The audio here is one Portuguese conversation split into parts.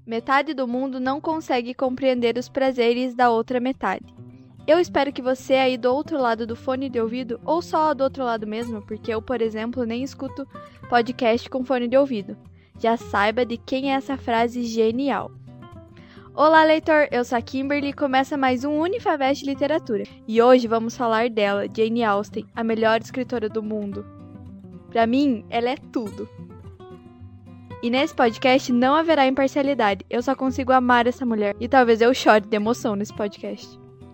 Metade do mundo não consegue compreender os prazeres da outra metade. Eu espero que você aí do outro lado do fone de ouvido, ou só do outro lado mesmo, porque eu, por exemplo, nem escuto podcast com fone de ouvido, já saiba de quem é essa frase genial. Olá, leitor! Eu sou a Kimberly e começa mais um Unifavest Literatura. E hoje vamos falar dela, Jane Austen, a melhor escritora do mundo. Pra mim, ela é tudo. E nesse podcast não haverá imparcialidade, eu só consigo amar essa mulher. E talvez eu chore de emoção nesse podcast.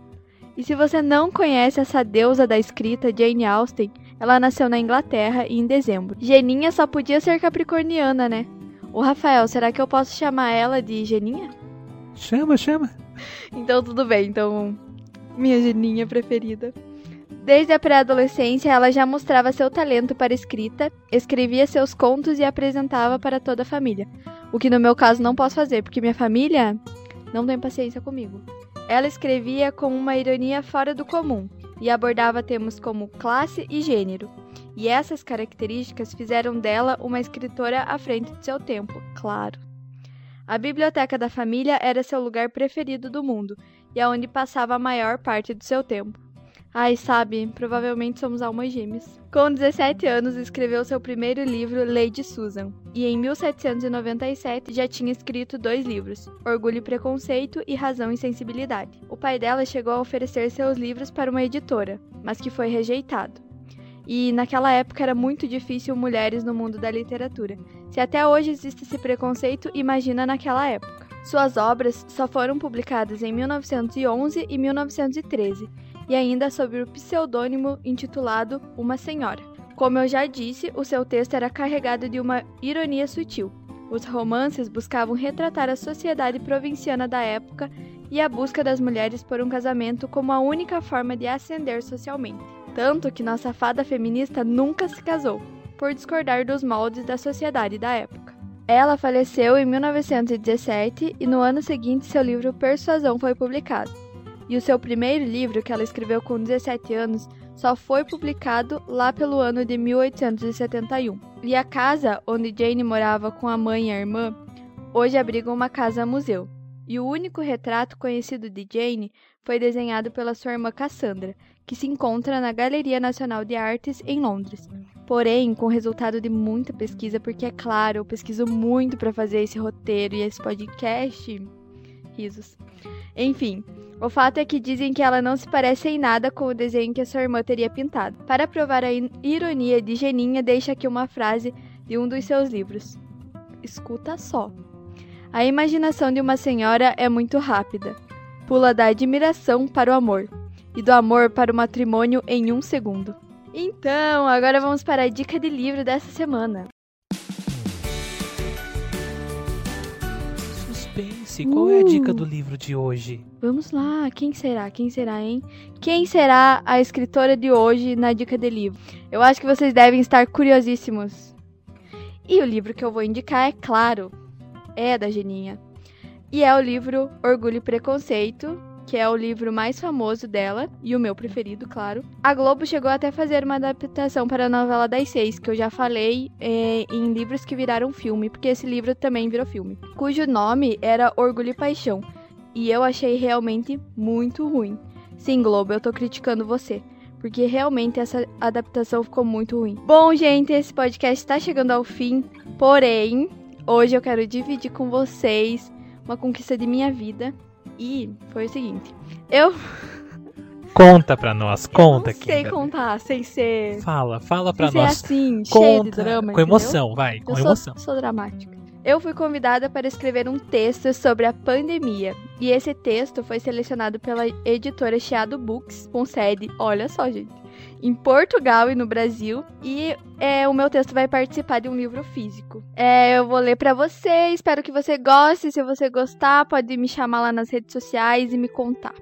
E se você não conhece essa deusa da escrita, Jane Austen, ela nasceu na Inglaterra em dezembro. Geninha só podia ser capricorniana, né? Ô Rafael, será que eu posso chamar ela de Geninha? Chama. Então tudo bem, minha Geninha preferida. Desde a pré-adolescência, ela já mostrava seu talento para escrita, escrevia seus contos e apresentava para toda a família. O que no meu caso não posso fazer, porque minha família não tem paciência comigo. Ela escrevia com uma ironia fora do comum e abordava temas como classe e gênero. E essas características fizeram dela uma escritora à frente de seu tempo, claro. A biblioteca da família era seu lugar preferido do mundo e é onde passava a maior parte do seu tempo. Ai, sabe, provavelmente somos almas gêmeas. Com 17 anos, escreveu seu primeiro livro, Lady Susan, e em 1797 já tinha escrito 2 livros, Orgulho e Preconceito e Razão e Sensibilidade. O pai dela chegou a oferecer seus livros para uma editora, mas que foi rejeitado. E naquela época era muito difícil mulheres no mundo da literatura. Se até hoje existe esse preconceito, imagina naquela época. Suas obras só foram publicadas em 1911 e 1913, e ainda sob o pseudônimo intitulado Uma Senhora. Como eu já disse, o seu texto era carregado de uma ironia sutil. Os romances buscavam retratar a sociedade provinciana da época e a busca das mulheres por um casamento como a única forma de ascender socialmente. Tanto que nossa fada feminista nunca se casou, por discordar dos moldes da sociedade da época. Ela faleceu em 1917 e no ano seguinte seu livro Persuasão foi publicado. E o seu primeiro livro, que ela escreveu com 17 anos, só foi publicado lá pelo ano de 1871. E a casa onde Jane morava com a mãe e a irmã, hoje abriga uma casa-museu. E o único retrato conhecido de Jane foi desenhado pela sua irmã Cassandra, que se encontra na Galeria Nacional de Artes em Londres. Porém, com o resultado de muita pesquisa, porque é claro, eu pesquiso muito para fazer esse roteiro e esse podcast. Risos. Enfim, o fato é que dizem que ela não se parece em nada com o desenho que a sua irmã teria pintado. Para provar a ironia de Geninha, deixa aqui uma frase de um dos seus livros. Escuta só. A imaginação de uma senhora é muito rápida. Pula da admiração para o amor, e do amor para o matrimônio em 1 segundo. Então, agora vamos para a dica de livro dessa semana. Suspense, qual é a dica do livro de hoje? Vamos lá, quem será, hein? Quem será a escritora de hoje na dica de livro? Eu acho que vocês devem estar curiosíssimos. E o livro que eu vou indicar, é claro, é da Geninha. E é o livro Orgulho e Preconceito, que é o livro mais famoso dela, e o meu preferido, claro. A Globo chegou até a fazer uma adaptação para a novela das 6, que eu já falei em livros que viraram filme, porque esse livro também virou filme, cujo nome era Orgulho e Paixão, e eu achei realmente muito ruim. Sim, Globo, eu tô criticando você, porque realmente essa adaptação ficou muito ruim. Bom, gente, esse podcast está chegando ao fim, porém, hoje eu quero dividir com vocês uma conquista de minha vida. E foi o seguinte, Conta pra nós, conta aqui. Não sei contar, sem ser... Fala pra sem nós. ser assim, Conta, cheio de drama, com emoção, vai, com emoção. Sou dramática. Eu fui convidada para escrever um texto sobre a pandemia. E esse texto foi selecionado pela editora Chiado Books, com sede, olha só, gente, em Portugal e no Brasil. E o meu texto vai participar de um livro físico. Eu vou ler pra você, espero que você goste. Se você gostar, pode me chamar lá nas redes sociais e me contar.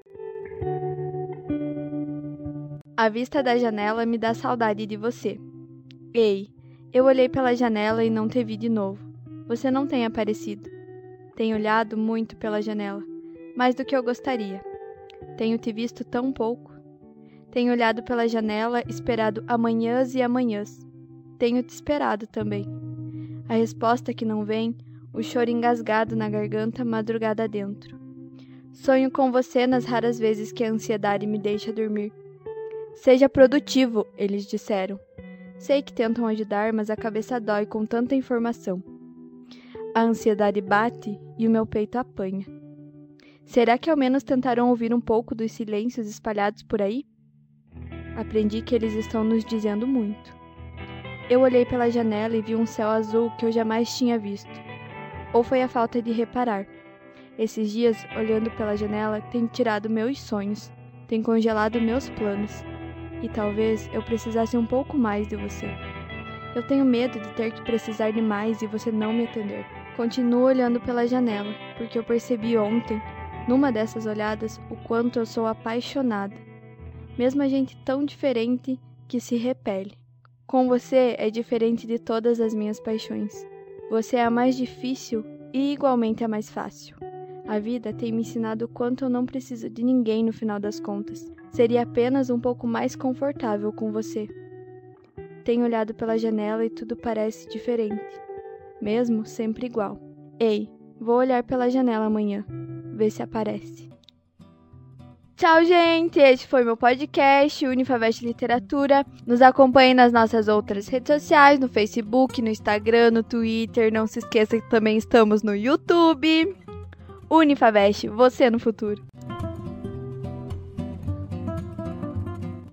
A vista da janela me dá saudade de você. Ei, eu olhei pela janela e não te vi de novo. Você não tem aparecido. Tenho olhado muito pela janela, mais do que eu gostaria. Tenho te visto tão pouco. Tenho olhado pela janela, esperado amanhãs e amanhãs. Tenho te esperado também. A resposta que não vem, o choro engasgado na garganta, madrugada dentro. Sonho com você nas raras vezes que a ansiedade me deixa dormir. Seja produtivo, eles disseram. Sei que tentam ajudar, mas a cabeça dói com tanta informação. A ansiedade bate e o meu peito apanha. Será que ao menos tentaram ouvir um pouco dos silêncios espalhados por aí? Aprendi que eles estão nos dizendo muito. Eu olhei pela janela e vi um céu azul que eu jamais tinha visto. Ou foi a falta de reparar. Esses dias, olhando pela janela, tem tirado meus sonhos, tem congelado meus planos. E talvez eu precisasse um pouco mais de você. Eu tenho medo de ter que precisar de mais e você não me atender. Continuo olhando pela janela, porque eu percebi ontem, numa dessas olhadas, o quanto eu sou apaixonada. Mesmo a gente tão diferente que se repele. Com você é diferente de todas as minhas paixões. Você é a mais difícil e igualmente a mais fácil. A vida tem me ensinado o quanto eu não preciso de ninguém no final das contas. Seria apenas um pouco mais confortável com você. Tenho olhado pela janela e tudo parece diferente. Mesmo sempre igual. Ei, vou olhar pela janela amanhã. Ver se aparece. Tchau, gente! Este foi meu podcast, Unifavest Literatura. Nos acompanhe nas nossas outras redes sociais, no Facebook, no Instagram, no Twitter. Não se esqueça que também estamos no YouTube. Unifavest, você no futuro.